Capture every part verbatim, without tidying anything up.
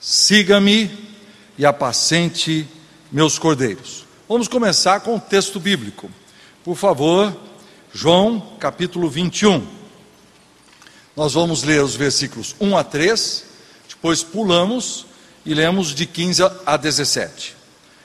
Siga-me e apacente meus cordeiros. Vamos começar com o texto bíblico. Por favor, João capítulo vinte e um. Nós vamos ler os versículos um a três, depois pulamos e lemos de quinze a dezessete.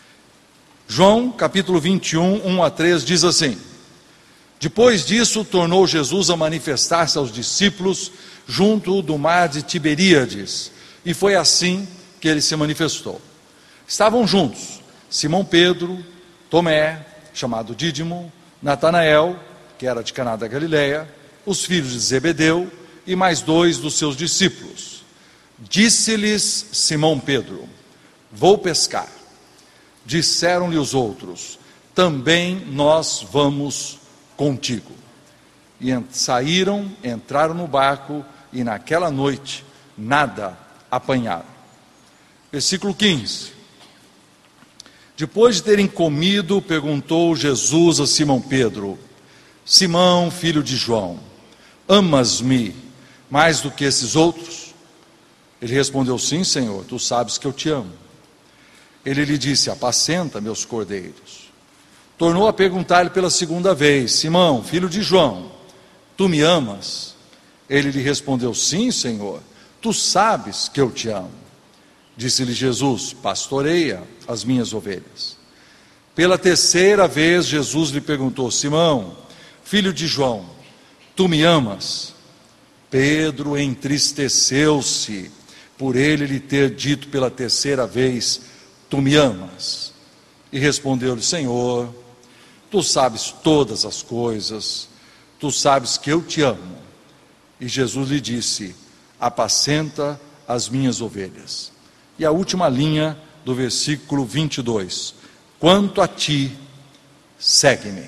João capítulo vinte e um, um a três diz assim: Depois disso tornou Jesus a manifestar-se aos discípulos junto do mar de Tiberíades, e foi assim que ele se manifestou. Estavam juntos Simão Pedro, Tomé, chamado Dídimo, Natanael, que era de Caná da Galileia, os filhos de Zebedeu e mais dois dos seus discípulos. Disse-lhes Simão Pedro: Vou pescar. Disseram-lhe os outros: Também nós vamos contigo. E saíram, entraram no barco, e naquela noite nada apanharam. Versículo quinze. Depois de terem comido, perguntou Jesus a Simão Pedro: Simão, filho de João, amas-me mais do que esses outros? Ele respondeu: Sim, Senhor, tu sabes que eu te amo. Ele lhe disse: Apacenta meus cordeiros. Tornou a perguntar-lhe pela segunda vez: Simão, filho de João, tu me amas? Ele lhe respondeu: Sim, Senhor, tu sabes que eu te amo. Disse-lhe Jesus: Pastoreia as minhas ovelhas. Pela terceira vez Jesus lhe perguntou: Simão, filho de João, tu me amas? Pedro entristeceu-se por ele lhe ter dito pela terceira vez: Tu me amas? E respondeu-lhe: Senhor, tu sabes todas as coisas, tu sabes que eu te amo. E Jesus lhe disse: Apacenta as minhas ovelhas. E a última linha do versículo vinte e dois: Quanto a ti, segue-me.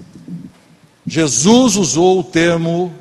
Jesus usou o termo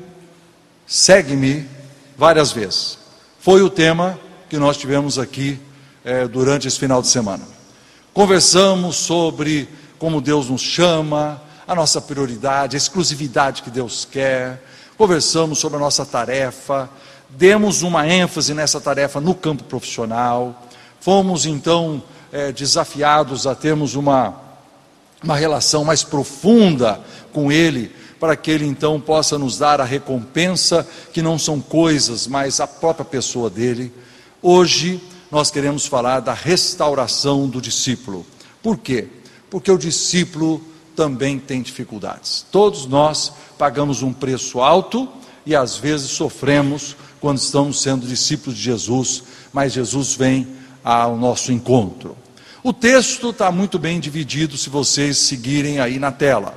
segue-me várias vezes. Foi o tema que nós tivemos aqui é, durante esse final de semana. Conversamos sobre como Deus nos chama, a nossa prioridade, a exclusividade que Deus quer. Conversamos sobre a nossa tarefa, demos uma ênfase nessa tarefa no campo profissional. Fomos então é, desafiados a termos uma, uma relação mais profunda com Ele, para que Ele então possa nos dar a recompensa, que não são coisas, mas a própria pessoa dEle. Hoje nós queremos falar da restauração do discípulo. Por quê? Porque o discípulo também tem dificuldades. Todos nós pagamos um preço alto e às vezes sofremos quando estamos sendo discípulos de Jesus, mas Jesus vem ao nosso encontro. O texto está muito bem dividido, se vocês seguirem aí na tela.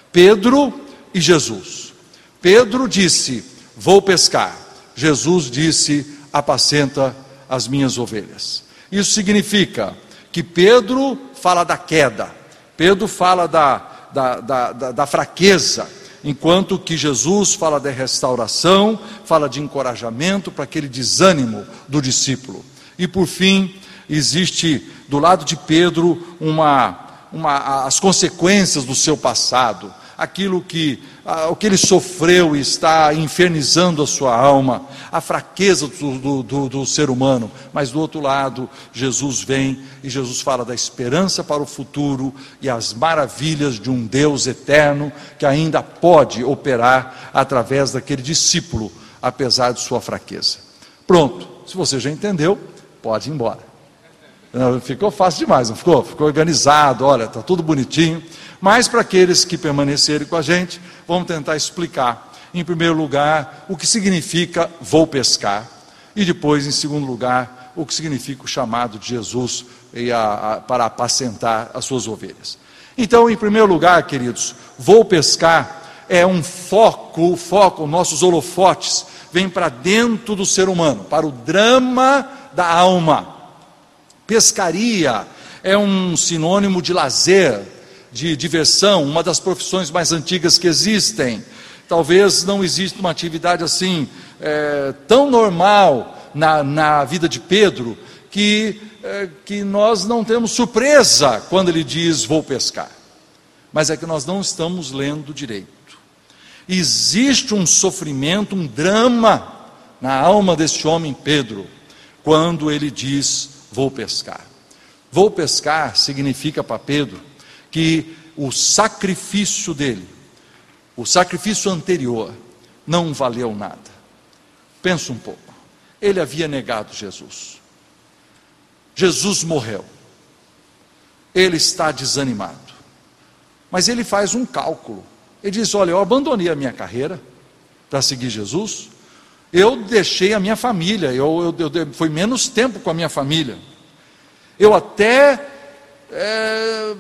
Pedro e Jesus. Pedro disse: Vou pescar. Jesus disse: Apacenta as minhas ovelhas. Isso significa que Pedro fala da queda, Pedro fala da, da, da, da, da fraqueza, enquanto que Jesus fala da restauração, fala de encorajamento para aquele desânimo do discípulo. E por fim, existe do lado de Pedro uma, uma, as consequências do seu passado, aquilo que, o que ele sofreu e está infernizando a sua alma, a fraqueza do, do, do ser humano. Mas do outro lado, Jesus vem e Jesus fala da esperança para o futuro e as maravilhas de um Deus eterno que ainda pode operar através daquele discípulo, apesar de sua fraqueza. Pronto, se você já entendeu, pode ir embora. Não, ficou fácil demais, não ficou? Ficou organizado, olha, está tudo bonitinho. Mas para aqueles que permanecerem com a gente, vamos tentar explicar, em primeiro lugar, o que significa vou pescar, e depois, em segundo lugar, o que significa o chamado de Jesus e a, a, para apacentar as suas ovelhas. Então, em primeiro lugar, queridos, vou pescar é um foco, o foco, nossos holofotes, vem para dentro do ser humano, para o drama da alma. Pescaria é um sinônimo de lazer, de diversão, uma das profissões mais antigas que existem. Talvez não exista uma atividade assim, é, tão normal na, na vida de Pedro, que, é, que nós não temos surpresa quando ele diz vou pescar. Mas é que nós não estamos lendo direito. Existe um sofrimento, um drama na alma deste homem Pedro, quando ele diz: vou pescar. Vou pescar significa para Pedro que o sacrifício dele, o sacrifício anterior, não valeu nada. Pensa um pouco, ele havia negado Jesus, Jesus morreu, ele está desanimado, mas ele faz um cálculo, ele diz: olha, eu abandonei a minha carreira para seguir Jesus, eu deixei a minha família, eu, eu, eu foi menos tempo com a minha família, eu até é,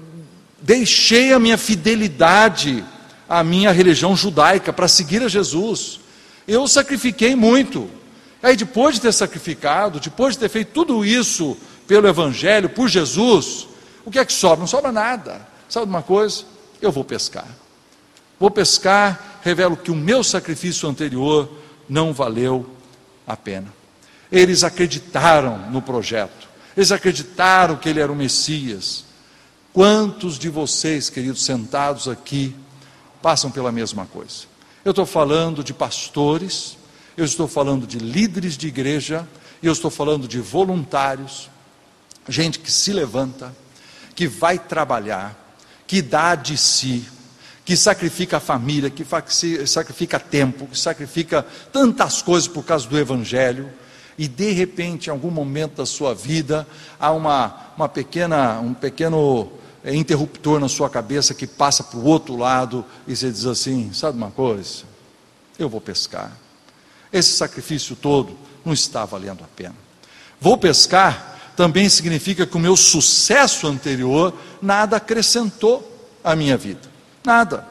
deixei a minha fidelidade à minha religião judaica para seguir a Jesus, eu sacrifiquei muito. Aí depois de ter sacrificado, depois de ter feito tudo isso pelo Evangelho, por Jesus, o que é que sobra? Não sobra nada. Sabe de uma coisa? Eu vou pescar. Vou pescar, revelo que o meu sacrifício anterior não valeu a pena. Eles acreditaram no projeto, eles acreditaram que ele era o Messias. Quantos de vocês, queridos, sentados aqui, passam pela mesma coisa? Eu estou falando de pastores, eu estou falando de líderes de igreja, eu estou falando de voluntários, gente que se levanta, que vai trabalhar, que dá de si, que sacrifica a família, que sacrifica tempo, que sacrifica tantas coisas por causa do Evangelho, e de repente, em algum momento da sua vida, há uma, uma pequena, um pequeno é, interruptor na sua cabeça que passa para o outro lado, e você diz assim: sabe uma coisa? Eu vou pescar. Esse sacrifício todo não está valendo a pena. Vou pescar também significa que o meu sucesso anterior nada acrescentou à minha vida, nada,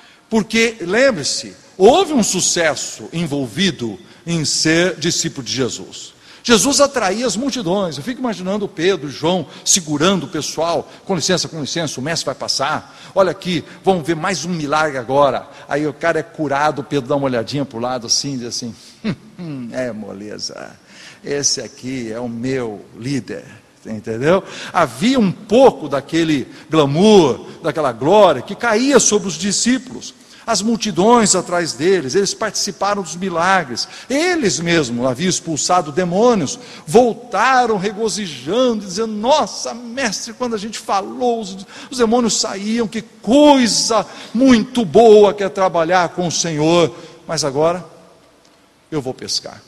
porque lembre-se, houve um sucesso envolvido em ser discípulo de Jesus. Jesus atraía as multidões. Eu fico imaginando Pedro e João segurando o pessoal: com licença, com licença, o mestre vai passar, olha aqui, vamos ver mais um milagre agora. Aí o cara é curado, Pedro dá uma olhadinha para o lado assim, e diz assim: hum, é moleza, esse aqui é o meu líder, entendeu? Havia um pouco daquele glamour, daquela glória que caía sobre os discípulos. As multidões atrás deles, eles participaram dos milagres, eles mesmos haviam expulsado demônios, voltaram regozijando, dizendo: nossa, mestre, quando a gente falou, os, os demônios saíam, que coisa muito boa que é trabalhar com o Senhor. Mas agora, eu vou pescar.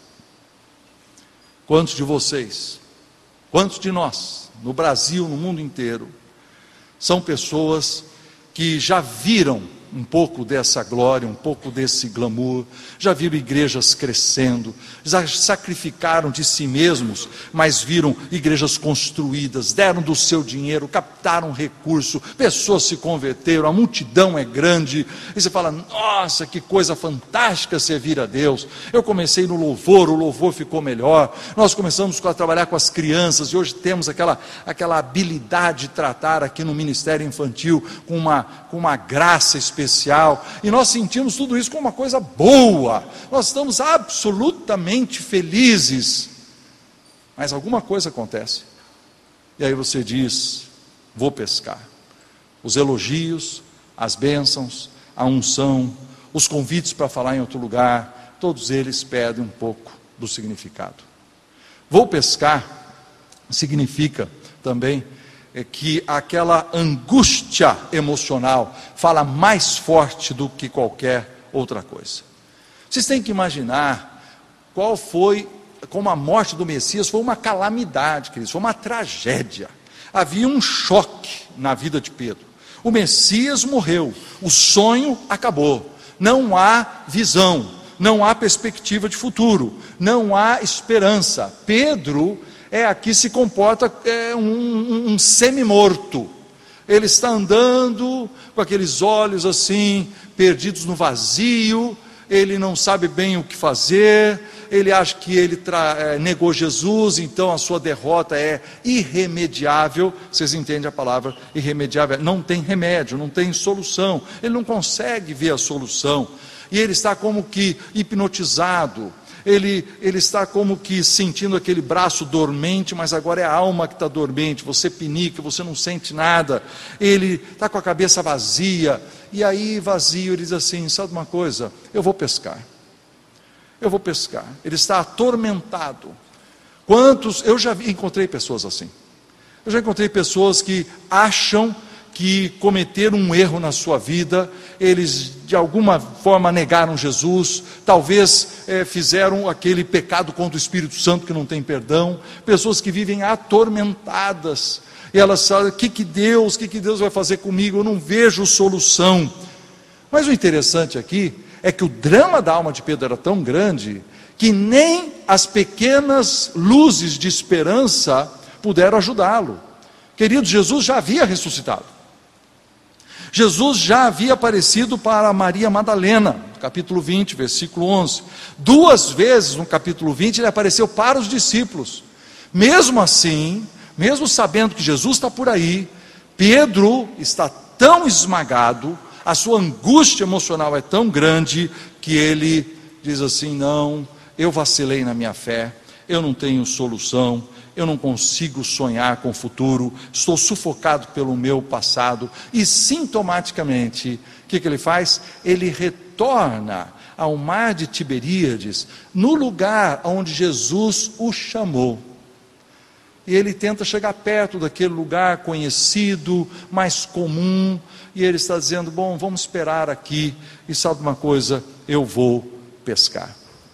Quantos de vocês, quantos de nós, no Brasil, no mundo inteiro, são pessoas que já viram um pouco dessa glória, um pouco desse glamour, já viram igrejas crescendo, já sacrificaram de si mesmos, mas viram igrejas construídas, deram do seu dinheiro, captaram recurso, pessoas se converteram, a multidão é grande, e você fala: nossa, que coisa fantástica servir a Deus. Eu comecei no louvor, o louvor ficou melhor, nós começamos a trabalhar com as crianças, e hoje temos aquela, aquela habilidade de tratar aqui no Ministério Infantil, com uma, com uma graça especial, especial, e nós sentimos tudo isso como uma coisa boa, nós estamos absolutamente felizes, mas alguma coisa acontece, e aí você diz: vou pescar. Os elogios, as bênçãos, a unção, os convites para falar em outro lugar, todos eles perdem um pouco do significado. Vou pescar significa também é que aquela angústia emocional fala mais forte do que qualquer outra coisa. Vocês têm que imaginar qual foi, como a morte do Messias foi uma calamidade, queridos, foi uma tragédia. Havia um choque na vida de Pedro. O Messias morreu, o sonho acabou, não há visão, não há perspectiva de futuro, não há esperança. Pedro é aqui se comporta é um, um, um semi-morto. Ele está andando com aqueles olhos assim, perdidos no vazio, ele não sabe bem o que fazer, ele acha que ele tra... é, negou Jesus, então a sua derrota é irremediável. Vocês entendem a palavra irremediável? Não tem remédio, não tem solução, ele não consegue ver a solução, e ele está como que hipnotizado. Ele, ele está como que sentindo aquele braço dormente, mas agora é a alma que está dormente, você pinica, você não sente nada, ele está com a cabeça vazia, e aí vazio, ele diz assim: sabe uma coisa, eu vou pescar, eu vou pescar, ele está atormentado, Quantos, eu já vi, encontrei pessoas assim. Eu já encontrei pessoas que acham que cometeram um erro na sua vida, eles de alguma forma negaram Jesus, talvez é, fizeram aquele pecado contra o Espírito Santo que não tem perdão, pessoas que vivem atormentadas, e elas sabem, o que que Deus, o que que Deus vai fazer comigo, eu não vejo solução. Mas o interessante aqui, é que o drama da alma de Pedro era tão grande, que nem as pequenas luzes de esperança puderam ajudá-lo. Queridos, Jesus já havia ressuscitado. Jesus já havia aparecido para Maria Madalena, capítulo vinte, versículo onze. Duas vezes no capítulo vinte ele apareceu para os discípulos. Mesmo assim, mesmo sabendo que Jesus está por aí, Pedro está tão esmagado, a sua angústia emocional é tão grande, que ele diz assim: não, eu vacilei na minha fé, eu não tenho solução, eu não consigo sonhar com o futuro, estou sufocado pelo meu passado. E sintomaticamente, o que, que ele faz? Ele retorna ao mar de Tiberíades, no lugar onde Jesus o chamou. E ele tenta chegar perto daquele lugar conhecido, mais comum, e ele está dizendo: bom, vamos esperar aqui, e sabe uma coisa, eu vou pescar.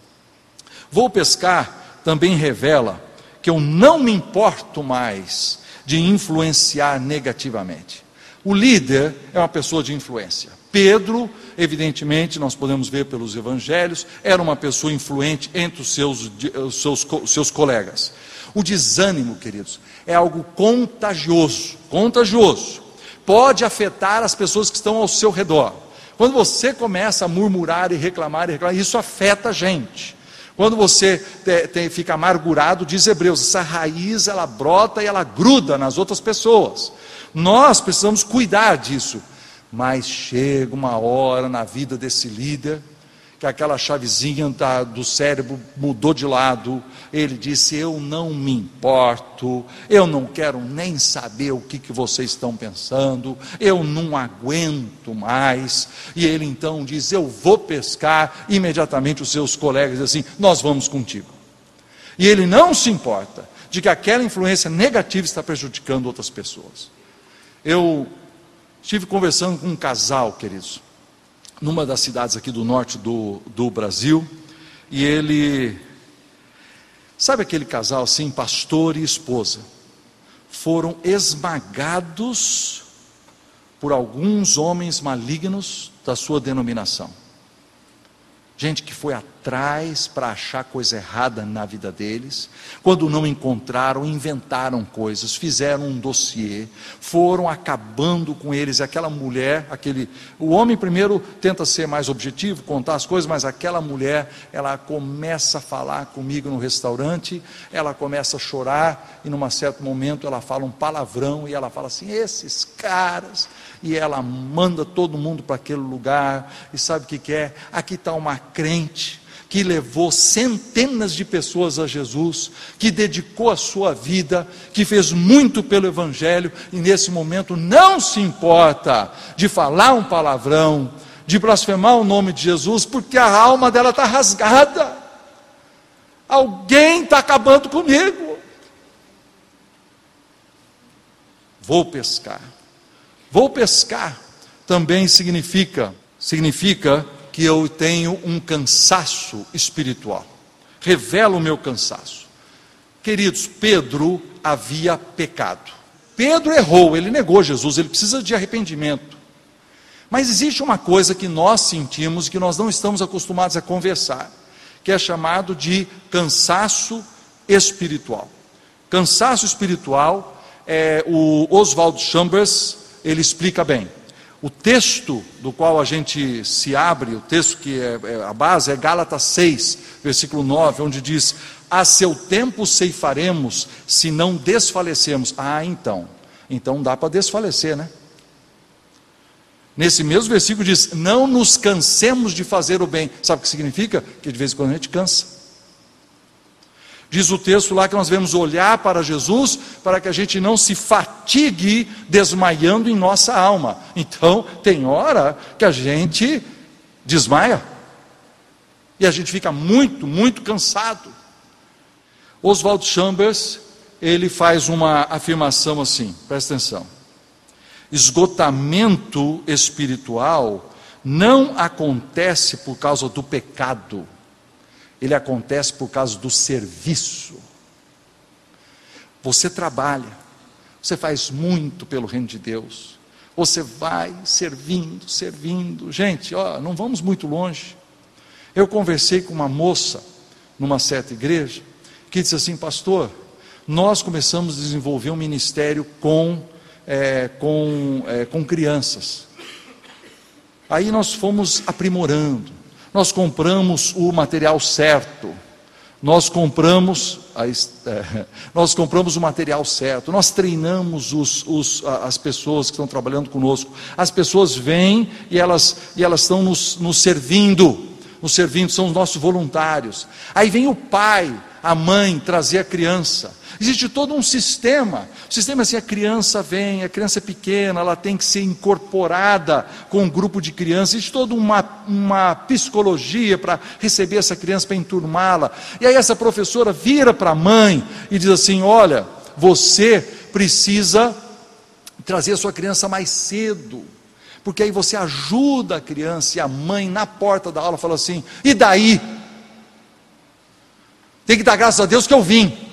Vou pescar também revela que eu não me importo mais de influenciar negativamente. O líder é uma pessoa de influência. Pedro, evidentemente, nós podemos ver pelos evangelhos, era uma pessoa influente entre os seus, os seus, os seus colegas. O desânimo, queridos, é algo contagioso, contagioso. Pode afetar as pessoas que estão ao seu redor. Quando você começa a murmurar e reclamar, e reclamar, isso afeta a gente. Quando você te, te, fica amargurado, diz Hebreus, essa raiz ela brota e ela gruda nas outras pessoas. Nós precisamos cuidar disso. Mas chega uma hora na vida desse líder, que aquela chavezinha da, do cérebro mudou de lado. Ele disse: eu não me importo, eu não quero nem saber o que, que vocês estão pensando, eu não aguento mais. E ele então diz: eu vou pescar. Imediatamente os seus colegas dizem assim: nós vamos contigo. E ele não se importa de que aquela influência negativa está prejudicando outras pessoas. Eu estive conversando com um casal, queridos, numa das cidades aqui do norte do, do Brasil, e ele, sabe aquele casal assim, pastor e esposa, foram esmagados por alguns homens malignos da sua denominação. Gente que foi atrás para achar coisa errada na vida deles. Quando não encontraram, inventaram coisas, fizeram um dossiê, foram acabando com eles. E aquela mulher, aquele, o homem primeiro tenta ser mais objetivo, contar as coisas, mas aquela mulher, ela começa a falar comigo no restaurante, ela começa a chorar, e num certo momento ela fala um palavrão, e ela fala assim: esses caras... E ela manda todo mundo para aquele lugar. E sabe o que que é? Aqui está uma crente que levou centenas de pessoas a Jesus, que dedicou a sua vida, que fez muito pelo Evangelho, e nesse momento não se importa de falar um palavrão, de blasfemar o nome de Jesus, porque a alma dela está rasgada. Alguém está acabando comigo. Vou pescar. Vou pescar também significa, significa que eu tenho um cansaço espiritual. Revela o meu cansaço. Queridos, Pedro havia pecado. Pedro errou, ele negou Jesus, ele precisa de arrependimento. Mas existe uma coisa que nós sentimos e que nós não estamos acostumados a conversar, que é chamado de cansaço espiritual. Cansaço espiritual, é, o Oswald Chambers, ele explica bem. O texto do qual a gente se abre, o texto que é, é a base, é Gálatas seis, versículo nove, onde diz: a seu tempo ceifaremos, se não desfalecermos. Ah, então, então dá para desfalecer, né? Nesse mesmo versículo diz: não nos cansemos de fazer o bem. Sabe o que significa? Que de vez em quando a gente cansa. Diz o texto lá que nós devemos olhar para Jesus, para que a gente não se fatigue desmaiando em nossa alma. Então, tem hora que a gente desmaia, e a gente fica muito, muito cansado. Oswald Chambers, ele faz uma afirmação assim, presta atenção: esgotamento espiritual não acontece por causa do pecado, ele acontece por causa do serviço. Você trabalha, você faz muito pelo reino de Deus, você vai servindo, servindo. Gente, ó, não vamos muito longe. Eu conversei com uma moça numa certa igreja que disse assim: pastor, nós começamos a desenvolver um ministério com, é, com, é, com crianças. Aí nós fomos aprimorando, nós compramos o material certo, nós compramos, é, nós compramos o material certo, nós treinamos os, os, as pessoas que estão trabalhando conosco. As pessoas vêm e elas, e elas estão nos, nos servindo, nos servindo, são os nossos voluntários. Aí vem o pai, a mãe trazer a criança. Existe todo um sistema, o sistema é assim: a criança vem, a criança é pequena, ela tem que ser incorporada com um grupo de crianças. Existe toda uma, uma psicologia para receber essa criança, para enturmá-la. E aí essa professora vira para a mãe e diz assim: olha, você precisa trazer a sua criança mais cedo, porque aí você ajuda a criança. E a mãe na porta da aula fala assim: e daí? Tem que dar graças a Deus que eu vim.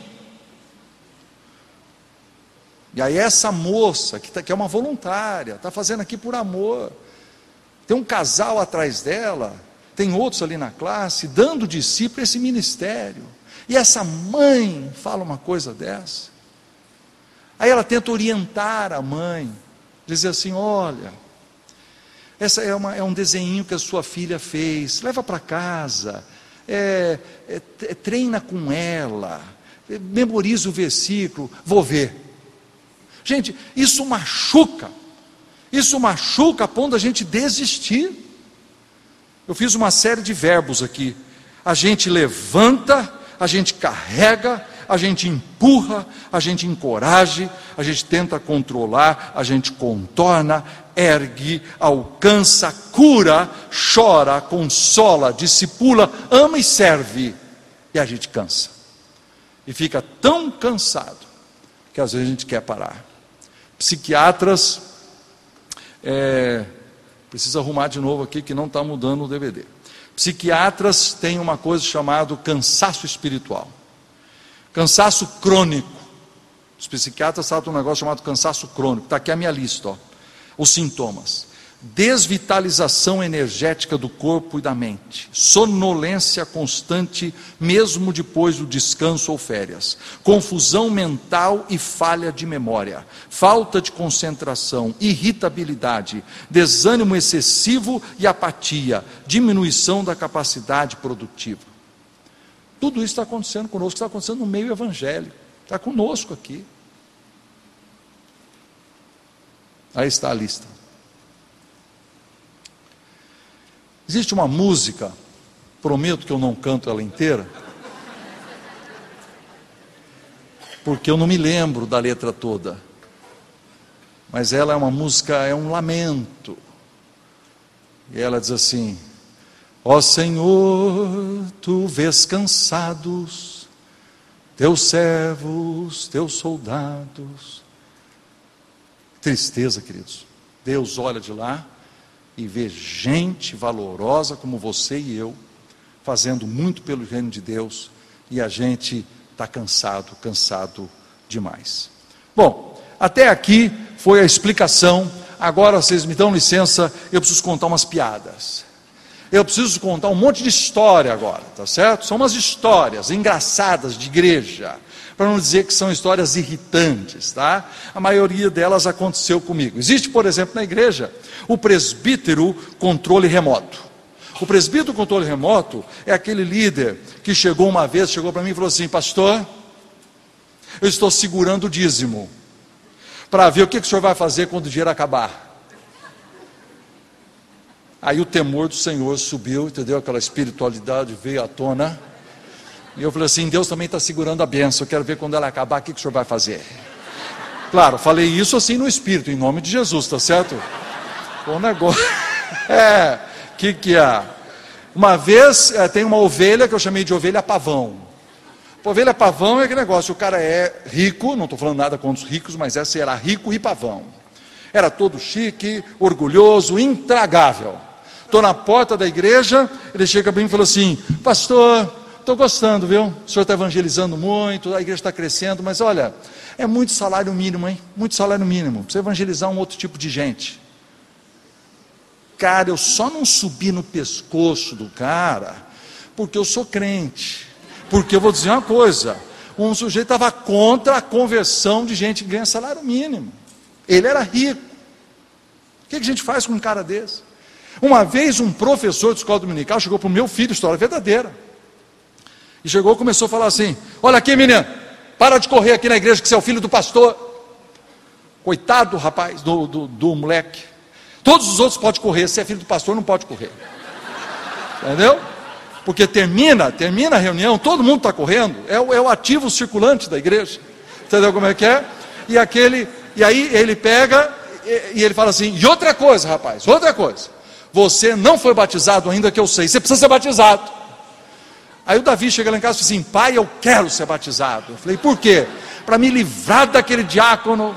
E aí essa moça, que, tá, que é uma voluntária, está fazendo aqui por amor, tem um casal atrás dela, tem outros ali na classe, dando de si para esse ministério. E essa mãe fala uma coisa dessa. Aí ela tenta orientar a mãe, dizer assim: olha, essa é, uma, é um desenho que a sua filha fez, leva para casa, é, é, treina com ela, é, memoriza o versículo, vou ver. Gente, isso machuca, isso machuca a ponto da gente desistir. Eu fiz uma série de verbos aqui: a gente levanta, a gente carrega, a gente empurra, a gente encoraja, a gente tenta controlar, a gente contorna, ergue, alcança, cura, chora, consola, discipula, ama e serve. E a gente cansa, e fica tão cansado que às vezes a gente quer parar. Psiquiatras, é, precisa arrumar de novo aqui que não está mudando o D V D. Psiquiatras têm uma coisa chamada cansaço espiritual, cansaço crônico. Os psiquiatras tratam um negócio chamado cansaço crônico. Está aqui a minha lista, ó. Os sintomas: desvitalização energética do corpo e da mente, sonolência constante mesmo depois do descanso ou férias, confusão mental e falha de memória, falta de concentração, irritabilidade, desânimo excessivo e apatia, diminuição da capacidade produtiva. Tudo isso está acontecendo conosco, está acontecendo no meio evangélico, está conosco aqui. Aí está a lista. Existe uma música, prometo que eu não canto ela inteira, porque eu não me lembro da letra toda, mas ela é uma música, é um lamento, e ela diz assim: ó Senhor, tu vês cansados teus servos, teus soldados. Tristeza, queridos. Deus olha de lá e vê gente valorosa como você e eu, fazendo muito pelo reino de Deus, e a gente está cansado, cansado demais. Bom, até aqui foi a explicação. Agora vocês me dão licença, eu preciso contar umas piadas. Eu preciso contar um monte de história agora, tá certo? São umas histórias engraçadas de igreja, para não dizer que são histórias irritantes, tá? A maioria delas aconteceu comigo. Existe, por exemplo, na igreja, o presbítero controle remoto. O presbítero controle remoto é aquele líder que chegou uma vez, chegou para mim e falou assim: pastor, eu estou segurando o dízimo, para ver o que, que o senhor vai fazer quando o dinheiro acabar. Aí o temor do Senhor subiu, entendeu? Aquela espiritualidade veio à tona. E eu falei assim: Deus também está segurando a bênção, eu quero ver quando ela acabar, o que, que o senhor vai fazer? Claro, falei isso assim no Espírito, em nome de Jesus, tá certo? Bom negócio. É, o que que é? Uma vez, é, tem uma ovelha que eu chamei de ovelha pavão. Ovelha pavão é aquele negócio, o cara é rico, não estou falando nada contra os ricos, mas esse era rico e pavão. Era todo chique, orgulhoso, intragável. Estou na porta da igreja, ele chega para mim e falou assim: pastor, estou gostando, viu? O senhor está evangelizando muito, a igreja está crescendo, mas olha, é muito salário mínimo, hein? Muito salário mínimo, precisa evangelizar um outro tipo de gente. Cara, eu só não subi no pescoço do cara, porque eu sou crente. Porque eu vou dizer uma coisa, um sujeito estava contra a conversão de gente que ganha salário mínimo. Ele era rico. O que a gente faz com um cara desse? Uma vez um professor de escola dominical chegou para o meu filho, história verdadeira, e chegou e começou a falar assim: olha aqui, menino, para de correr aqui na igreja que você é o filho do pastor. Coitado do rapaz, do, do, do moleque. Todos os outros podem correr, se é filho do pastor não pode correr. Entendeu? Porque termina, termina a reunião, todo mundo está correndo, é o, é o ativo circulante da igreja. Entendeu como é que é? E aquele, e aí ele pega e, e ele fala assim: e outra coisa, rapaz, outra coisa, você não foi batizado ainda, que eu sei, você precisa ser batizado. Aí o Davi chega lá em casa e fala assim: pai, eu quero ser batizado. Eu falei: por quê? Para me livrar daquele diácono.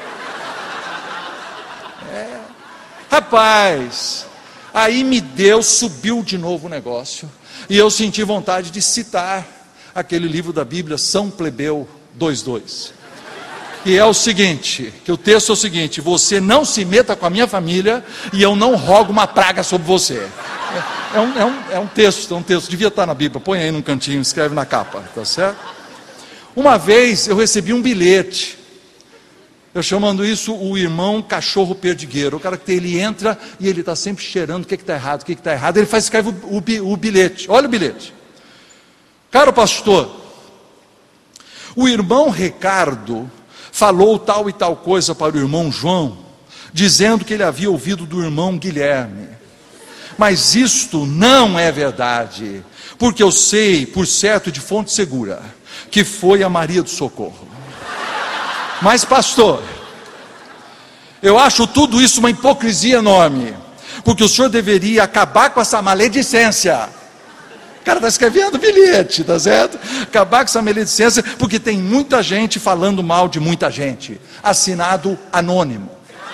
É. Rapaz, aí me deu, subiu de novo o negócio, e eu senti vontade de citar aquele livro da Bíblia, São Plebeu dois dois, que é o seguinte, que o texto é o seguinte: você não se meta com a minha família, e eu não rogo uma praga sobre você. É, é, um, é, um, é um texto, é um texto, devia estar na Bíblia, põe aí num cantinho, escreve na capa, tá certo? Uma vez eu recebi um bilhete, eu chamando isso o irmão cachorro perdigueiro, o cara que ele entra e ele está sempre cheirando o que está errado, o que está errado, ele faz, escreve o, o, o bilhete, olha o bilhete: caro pastor, o irmão Ricardo falou tal e tal coisa para o irmão João, dizendo que ele havia ouvido do irmão Guilherme, mas isto não é verdade, porque eu sei, por certo, de fonte segura, que foi a Maria do Socorro. Mas pastor, eu acho tudo isso uma hipocrisia enorme, porque o senhor deveria acabar com essa maledicência. O cara está escrevendo bilhete, tá certo? Acabar com essa maledicência, porque tem muita gente falando mal de muita gente. Assinado anônimo.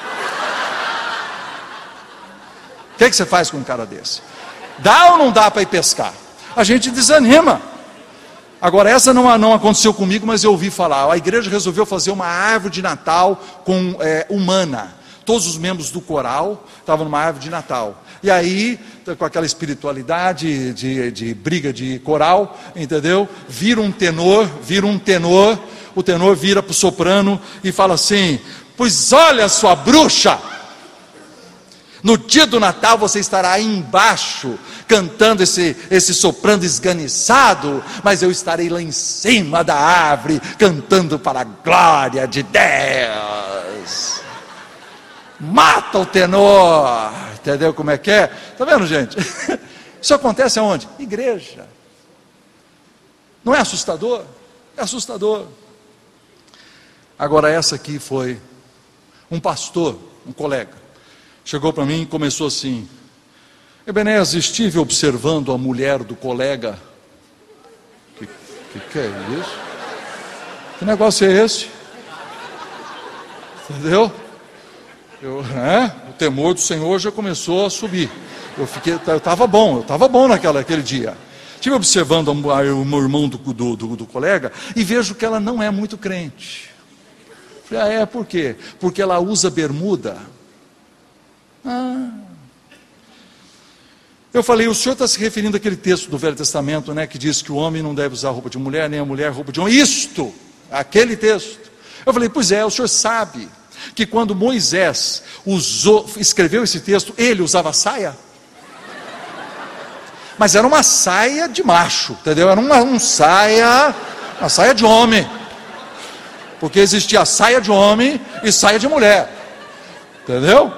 O que, é que você faz com um cara desse? Dá ou não dá para ir pescar? A gente desanima. Agora, essa não, não aconteceu comigo, mas eu ouvi falar. A igreja resolveu fazer uma árvore de Natal com, é, humana. Todos os membros do coral estavam numa árvore de Natal. E aí, com aquela espiritualidade de, de briga de coral, entendeu? Vira um tenor, vira um tenor, o tenor vira para o soprano e fala assim: pois olha, sua bruxa, no dia do Natal você estará aí embaixo, cantando esse, esse soprano esganiçado, mas eu estarei lá em cima da árvore, cantando para a glória de Deus. Mata o tenor, entendeu como é que é? Está vendo, gente? Isso acontece aonde? Igreja. Não é assustador? É assustador. Agora, essa aqui foi um pastor, um colega, chegou para mim e começou assim: Ebenez, estive observando a mulher do colega. Que, que que é isso? Que negócio é esse? Entendeu? Eu, é, o temor do Senhor já começou a subir. Eu fiquei, eu estava bom, eu estava bom naquela, naquele dia. Estive observando a, a, o meu irmão do, do, do, do colega e vejo que ela não é muito crente. Falei: ah, é, por quê? Porque ela usa bermuda. Ah. Eu falei: o senhor está se referindo àquele texto do Velho Testamento, né, que diz que o homem não deve usar roupa de mulher, nem a mulher roupa de homem. Isto, aquele texto. Eu falei: pois é, o senhor sabe que quando Moisés usou, escreveu esse texto, ele usava saia? Mas era uma saia de macho, entendeu? Era uma, uma saia, uma saia de homem. Porque existia saia de homem e saia de mulher. Entendeu?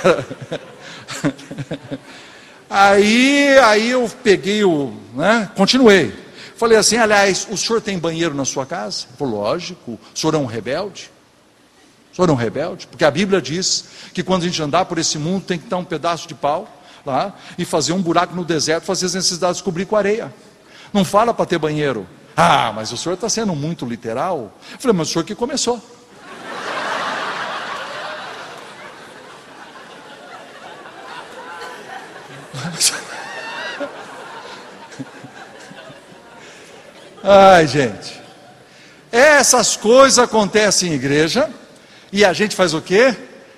Aí, aí eu peguei o, né, continuei. Falei assim: aliás, o senhor tem banheiro na sua casa? Ele falou: lógico. O senhor é um rebelde? O senhor é um rebelde? Porque a Bíblia diz que quando a gente andar por esse mundo tem que dar um pedaço de pau lá e fazer um buraco no deserto, fazer as necessidades, cobrir com areia. Não fala para ter banheiro. Ah, mas o senhor está sendo muito literal. Eu falei, mas o senhor que começou. Ai, gente, essas coisas acontecem em igreja, e a gente faz o quê?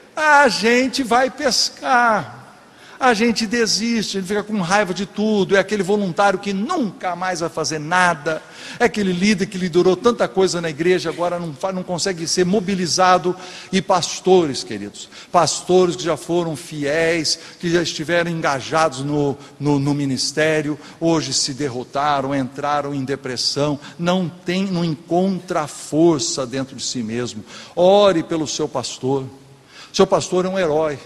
A gente vai pescar, a gente desiste, a gente fica com raiva de tudo, é aquele voluntário que nunca mais vai fazer nada, é aquele líder que liderou tanta coisa na igreja, agora não, não consegue ser mobilizado. E pastores, queridos, pastores que já foram fiéis, que já estiveram engajados no, no, no ministério, hoje se derrotaram, entraram em depressão, não tem, não encontra força dentro de si mesmo. Ore pelo seu pastor. Seu pastor é um herói.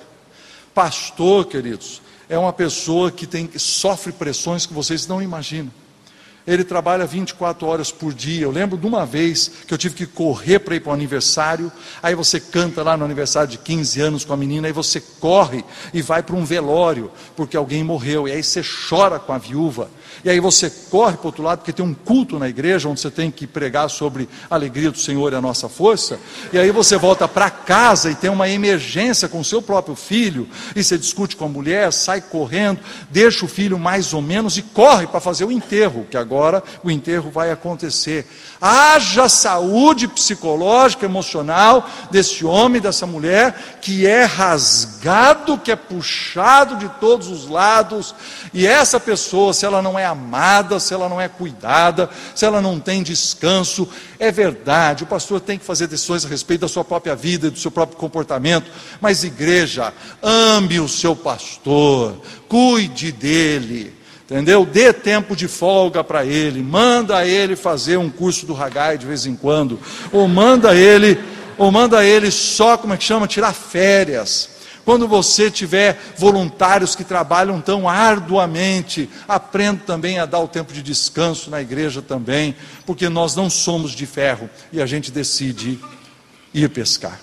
Pastor, queridos, é uma pessoa que tem, sofre pressões que vocês não imaginam. Ele trabalha vinte e quatro horas por dia. Eu lembro de uma vez que eu tive que correr para ir para o aniversário. Aí você canta lá no aniversário de quinze anos com a menina, aí você corre e vai para um velório, porque alguém morreu, e aí você chora com a viúva. E aí você corre para o outro lado, porque tem um culto na igreja, onde você tem que pregar sobre a alegria do Senhor e a nossa força. E aí você volta para casa e tem uma emergência com o seu próprio filho, e você discute com a mulher, sai correndo, deixa o filho mais ou menos e corre para fazer o enterro, que agora o enterro vai acontecer. Haja saúde psicológica, emocional desse homem, dessa mulher, que é rasgado, que é puxado de todos os lados. E essa pessoa, se ela não é amada, se ela não é cuidada, se ela não tem descanso, é verdade, o pastor tem que fazer decisões a respeito da sua própria vida e do seu próprio comportamento, mas igreja, ame o seu pastor, cuide dele, entendeu? Dê tempo de folga para ele, manda ele fazer um curso do Haggai de vez em quando, ou manda ele, ou manda ele só, como é que chama, tirar férias. Quando você tiver voluntários que trabalham tão arduamente, aprenda também a dar o tempo de descanso na igreja também, porque nós não somos de ferro e a gente decide ir pescar.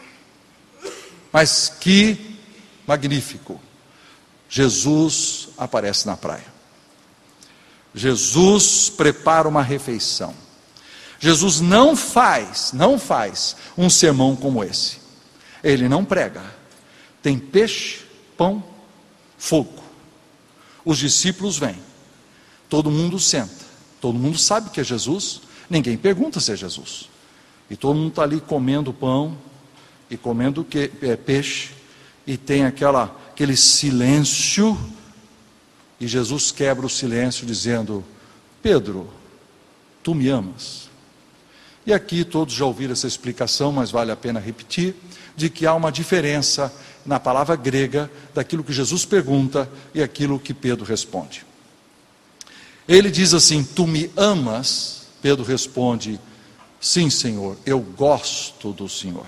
Mas que magnífico, Jesus aparece na praia. Jesus prepara uma refeição. Jesus não faz, não faz um sermão como esse. Ele não prega. Tem peixe, pão, fogo. Os discípulos vêm. Todo mundo senta. Todo mundo sabe que é Jesus. Ninguém pergunta se é Jesus. E todo mundo está ali comendo pão e comendo que, é, peixe. E tem aquela, aquele silêncio. E Jesus quebra o silêncio dizendo: Pedro, tu me amas? E aqui todos já ouviram essa explicação, mas vale a pena repetir, de que há uma diferença na palavra grega daquilo que Jesus pergunta e aquilo que Pedro responde. Ele diz assim: tu me amas? Pedro responde: sim, Senhor, eu gosto do Senhor.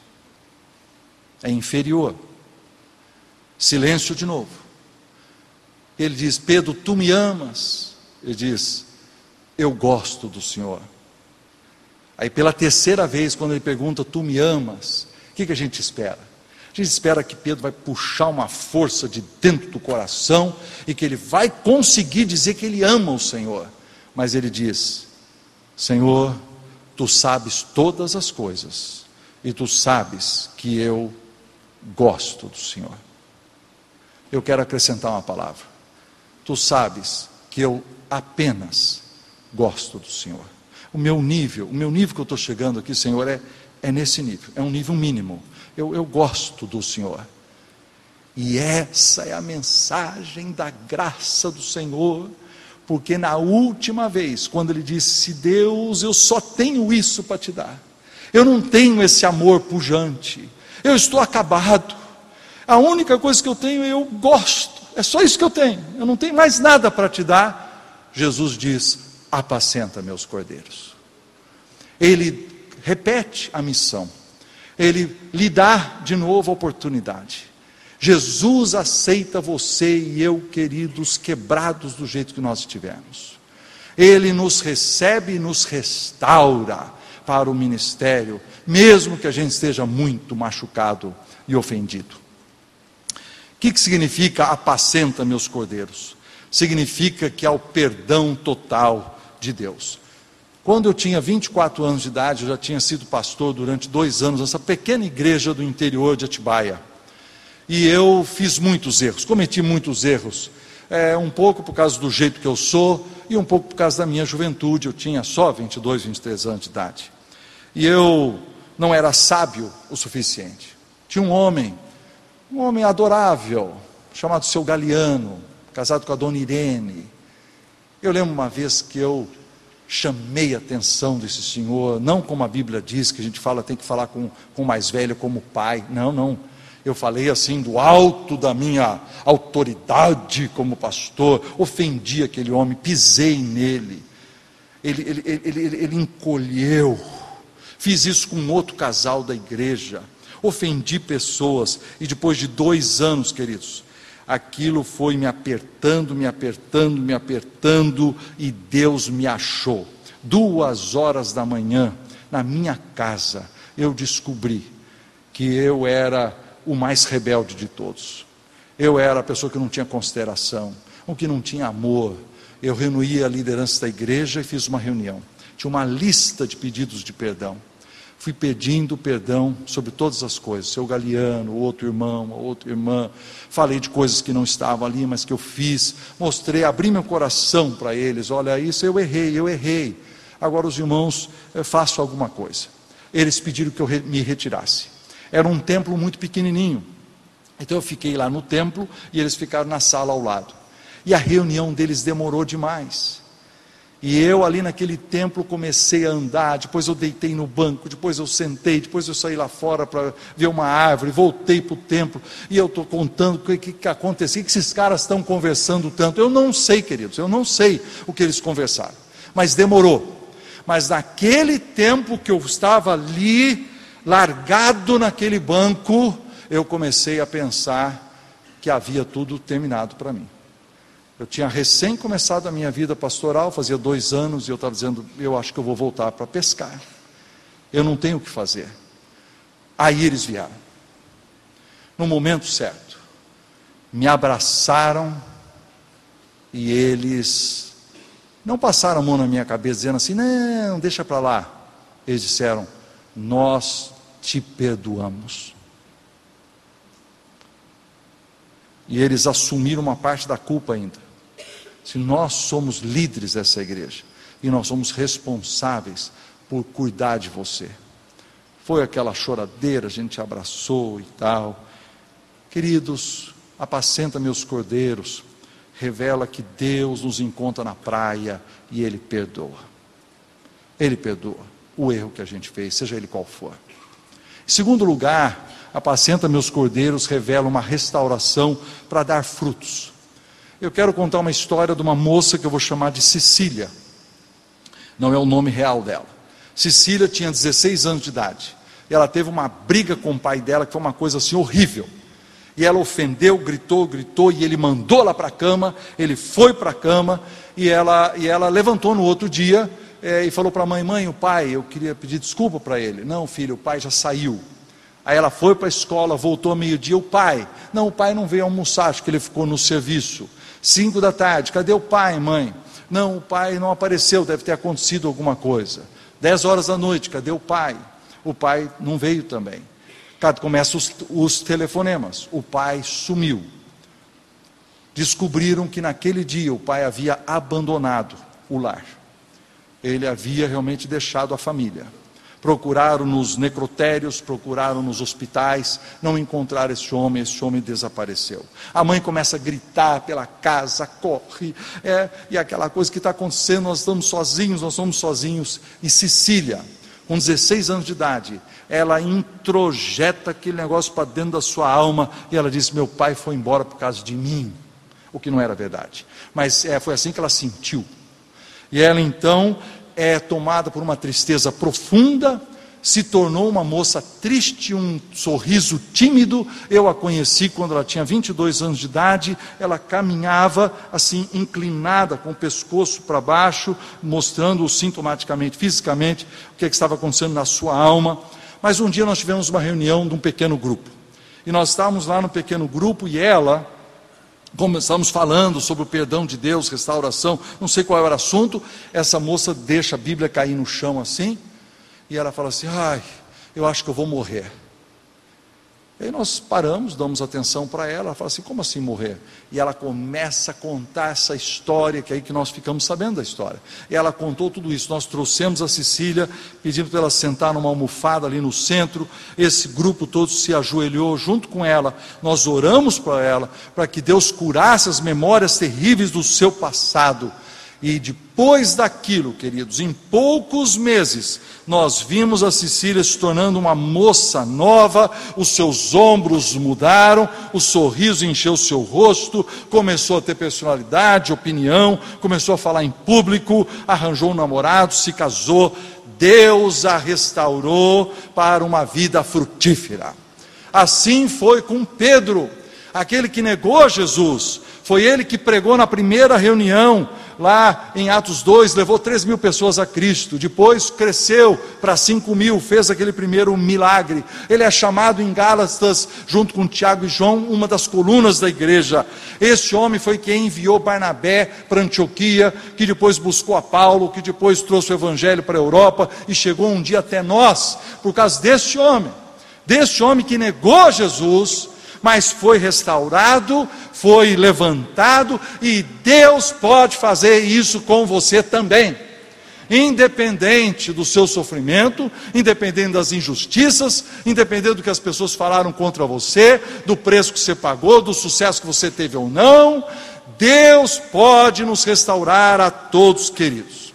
É inferior. Silêncio de novo. Ele diz: Pedro, tu me amas? Ele diz: eu gosto do Senhor. Aí pela terceira vez, quando ele pergunta: tu me amas? O que, que a gente espera? A gente espera que Pedro vai puxar uma força de dentro do coração e que ele vai conseguir dizer que ele ama o Senhor. Mas ele diz: Senhor, tu sabes todas as coisas e tu sabes que eu gosto do Senhor. Eu quero acrescentar uma palavra: tu sabes que eu apenas gosto do Senhor. O meu nível, o meu nível que eu estou chegando aqui, Senhor, é, é nesse nível, é um nível mínimo. Eu, eu gosto do Senhor. E essa é a mensagem da graça do Senhor, porque na última vez, quando ele disse: Deus, eu só tenho isso para te dar, eu não tenho esse amor pujante, eu estou acabado, a única coisa que eu tenho é eu gosto, é só isso que eu tenho, eu não tenho mais nada para te dar. Jesus diz: apacenta meus cordeiros. Ele repete a missão, ele lhe dá de novo a oportunidade. Jesus aceita você e eu, queridos, quebrados do jeito que nós estivemos. Ele nos recebe e nos restaura para o ministério, mesmo que a gente esteja muito machucado e ofendido. O que, que significa apacenta meus cordeiros? Significa que há o perdão total de Deus. Quando eu tinha vinte e quatro anos de idade, eu já tinha sido pastor durante dois anos nessa pequena igreja do interior de Atibaia. E eu fiz muitos erros, cometi muitos erros. É, um pouco por causa do jeito que eu sou e um pouco por causa da minha juventude. Eu tinha só vinte e dois, vinte e três anos de idade. E eu não era sábio o suficiente. Tinha um homem, um homem adorável, chamado Seu Galiano, casado com a dona Irene. Eu lembro uma vez que eu chamei a atenção desse senhor, não como a Bíblia diz, que a gente fala, tem que falar com, com o mais velho como pai. Não, não. Eu falei assim, do alto da minha autoridade como pastor, ofendi aquele homem, pisei nele. Ele, ele, ele, ele, ele encolheu. Fiz isso com um outro casal da igreja. Ofendi pessoas. E depois de dois anos, queridos, aquilo foi me apertando, me apertando, me apertando, e Deus me achou. Duas horas da manhã, na minha casa, eu descobri que eu era o mais rebelde de todos. Eu era a pessoa que não tinha consideração, o que não tinha amor. Eu reuni a liderança da igreja e fiz uma reunião. Tinha uma lista de pedidos de perdão. Fui pedindo perdão sobre todas as coisas. Seu Galiano, outro irmão, outra irmã. Falei de coisas que não estavam ali, mas que eu fiz. Mostrei, abri meu coração para eles. Olha, isso eu errei, eu errei. Agora os irmãos, eu faço alguma coisa. Eles pediram que eu me retirasse. Era um templo muito pequenininho. Então eu fiquei lá no templo e eles ficaram na sala ao lado. E a reunião deles demorou demais. E eu ali naquele templo comecei a andar, depois eu deitei no banco, depois eu sentei, depois eu saí lá fora para ver uma árvore, voltei para o templo, e eu estou contando o que, que, que aconteceu, o que esses caras estão conversando tanto. Eu não sei, queridos, eu não sei o que eles conversaram, mas demorou. Mas naquele tempo que eu estava ali, largado naquele banco, eu comecei a pensar que havia tudo terminado para mim. Eu tinha recém começado a minha vida pastoral, fazia dois anos, e eu estava dizendo, eu acho que eu vou voltar para pescar. Eu não tenho o que fazer. Aí eles vieram. No momento certo. Me abraçaram, e eles não passaram a mão na minha cabeça, dizendo assim, não, deixa para lá. Eles disseram, nós te perdoamos. E eles assumiram uma parte da culpa ainda. Se nós somos líderes dessa igreja, e nós somos responsáveis por cuidar de você. Foi aquela choradeira, a gente abraçou e tal. Queridos, apacenta meus cordeiros, revela que Deus nos encontra na praia, e Ele perdoa. Ele perdoa o erro que a gente fez, seja ele qual for. Em segundo lugar, apacenta meus cordeiros, revela uma restauração para dar frutos. Eu quero contar uma história de uma moça que eu vou chamar de Cecília. Não é o nome real dela. Cecília tinha dezesseis anos de idade. E ela teve uma briga com o pai dela, que foi uma coisa assim horrível. E ela ofendeu, gritou, gritou, e ele mandou ela para a cama, ele foi para a cama, e ela, e ela levantou no outro dia, é, e falou para a mãe, mãe, o pai, eu queria pedir desculpa para ele. Não, filho, o pai já saiu. Aí ela foi para a escola, voltou ao meio-dia, o pai, não, o pai não veio almoçar, acho que ele ficou no serviço. Cinco da tarde, cadê o pai, mãe? Não, o pai não apareceu, deve ter acontecido alguma coisa. Dez horas da noite, cadê o pai? O pai não veio também. Começam os, os telefonemas, o pai sumiu. Descobriram que naquele dia o pai havia abandonado o lar. Ele havia realmente deixado a família. Procuraram nos necrotérios, procuraram nos hospitais, não encontraram esse homem, esse homem desapareceu. A mãe começa a gritar pela casa, corre, é, e aquela coisa que está acontecendo, nós estamos sozinhos, nós somos sozinhos. E Cecília, com dezesseis anos de idade, ela introjeta aquele negócio para dentro da sua alma, e ela diz, meu pai foi embora por causa de mim, o que não era verdade, mas é, foi assim que ela sentiu. E ela então é tomada por uma tristeza profunda, se tornou uma moça triste, um sorriso tímido. Eu a conheci quando ela tinha vinte e dois anos de idade, ela caminhava assim, inclinada, com o pescoço para baixo, mostrando sintomaticamente, fisicamente, o que, é que estava acontecendo na sua alma. Mas um dia nós tivemos uma reunião de um pequeno grupo, e nós estávamos lá no pequeno grupo, e ela começamos falando sobre o perdão de Deus, restauração, não sei qual era o assunto, essa moça deixa a Bíblia cair no chão assim, e ela fala assim, ai, eu acho que eu vou morrer. E aí nós paramos, damos atenção para ela, ela fala assim, como assim morrer? E ela começa a contar essa história, que é aí que nós ficamos sabendo da história. E ela contou tudo isso, nós trouxemos a Cecília, pedindo para ela sentar numa almofada ali no centro, esse grupo todo se ajoelhou junto com ela, nós oramos para ela, para que Deus curasse as memórias terríveis do seu passado. E depois daquilo, queridos, em poucos meses, nós vimos a Cecília se tornando uma moça nova, os seus ombros mudaram, o sorriso encheu o seu rosto, começou a ter personalidade, opinião, começou a falar em público, arranjou um namorado, se casou. Deus a restaurou para uma vida frutífera. Assim foi com Pedro, aquele que negou Jesus. Foi ele que pregou na primeira reunião, lá em Atos dois, levou três mil pessoas a Cristo, depois cresceu para cinco mil, fez aquele primeiro milagre. Ele é chamado em Gálatas, junto com Tiago e João, uma das colunas da igreja. Esse homem foi quem enviou Barnabé para Antioquia, que depois buscou a Paulo, que depois trouxe o evangelho para a Europa, e chegou um dia até nós, por causa deste homem, deste homem que negou Jesus, mas foi restaurado, foi levantado, e Deus pode fazer isso com você também, independente do seu sofrimento, independente das injustiças, independente do que as pessoas falaram contra você, do preço que você pagou, do sucesso que você teve ou não. Deus pode nos restaurar a todos, queridos.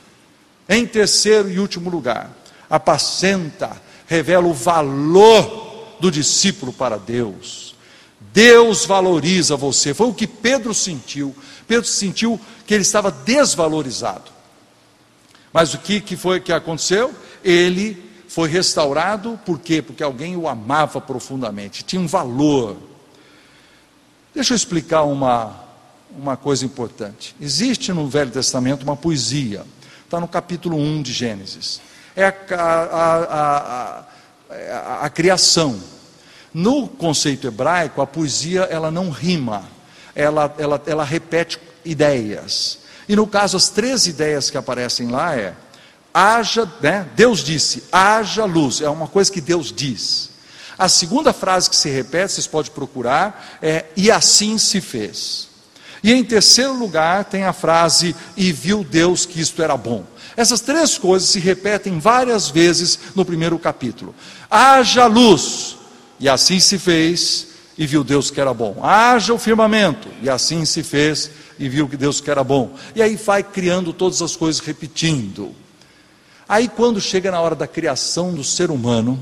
Em terceiro e último lugar, apacenta, revela o valor do discípulo para Deus. Deus valoriza você. Foi o que Pedro sentiu. Pedro sentiu que ele estava desvalorizado. Mas o que, que foi que aconteceu? Ele foi restaurado, por quê? Porque alguém o amava profundamente, tinha um valor. Deixa eu explicar uma, uma coisa importante. Existe no Velho Testamento uma poesia, está no capítulo um de Gênesis. É a, a, a, a A, a criação. No conceito hebraico, a poesia ela não rima, ela, ela, ela repete ideias. E no caso, as três ideias que aparecem lá é, haja, né? Deus disse, haja luz, é uma coisa que Deus diz. A segunda frase que se repete, vocês podem procurar, é, e assim se fez. E em terceiro lugar, tem a frase, e viu Deus que isto era bom. Essas três coisas se repetem várias vezes no primeiro capítulo. Haja luz, e assim se fez, e viu Deus que era bom. Haja o firmamento, e assim se fez, e viu que Deus que era bom. E aí vai criando todas as coisas, repetindo. Aí quando chega na hora da criação do ser humano,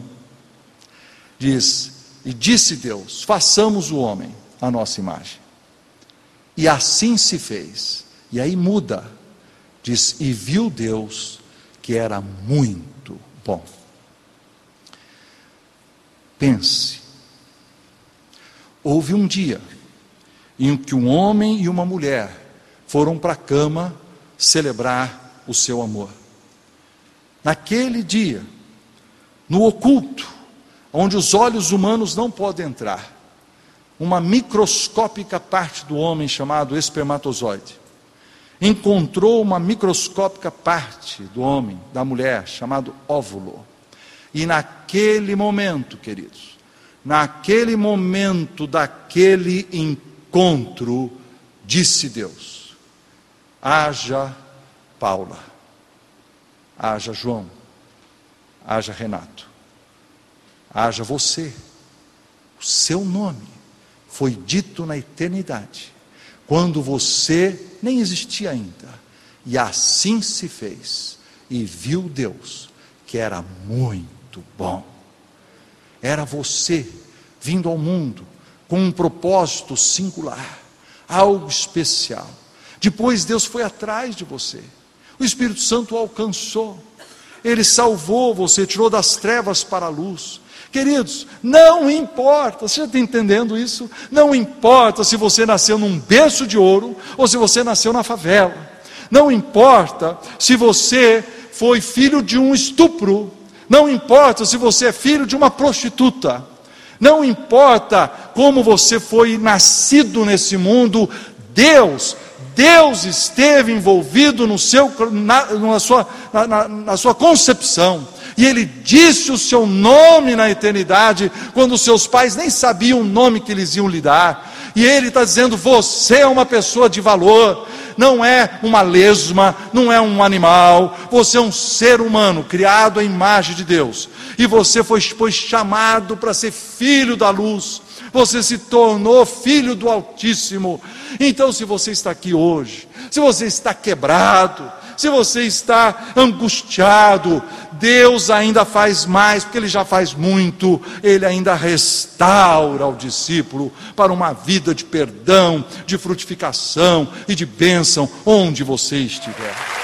diz, e disse Deus, façamos o homem à nossa imagem. E assim se fez. E aí muda. Diz, e viu Deus que era muito bom. Pense, houve um dia em que um homem e uma mulher foram para a cama celebrar o seu amor. Naquele dia, no oculto, onde os olhos humanos não podem entrar, uma microscópica parte do homem chamado espermatozoide encontrou uma microscópica parte do homem, da mulher, chamado óvulo. E naquele momento, queridos, naquele momento daquele encontro, disse Deus, haja Paula, haja João, haja Renato, haja você. O seu nome foi dito na eternidade, quando você nem existia ainda, e assim se fez, e viu Deus que era muito bom. Era você vindo ao mundo com um propósito singular, algo especial. Depois Deus foi atrás de você, o Espírito Santo o alcançou, Ele salvou você, tirou das trevas para a luz. Queridos, não importa, você já está entendendo isso? Não importa se você nasceu num berço de ouro, ou se você nasceu na favela. Não importa se você foi filho de um estupro. Não importa se você é filho de uma prostituta. Não importa como você foi nascido nesse mundo, Deus, Deus esteve envolvido no seu, na, na, sua, na, na, na sua concepção, e Ele disse o seu nome na eternidade, quando os seus pais nem sabiam o nome que eles iam lhe dar, e Ele está dizendo, você é uma pessoa de valor, não é uma lesma, não é um animal, você é um ser humano, criado à imagem de Deus, e você foi, foi chamado para ser filho da luz, você se tornou filho do Altíssimo. Então, se você está aqui hoje, se você está quebrado, se você está angustiado, Deus ainda faz mais, porque Ele já faz muito, Ele ainda restaura o discípulo para uma vida de perdão, de frutificação e de bênção, onde você estiver.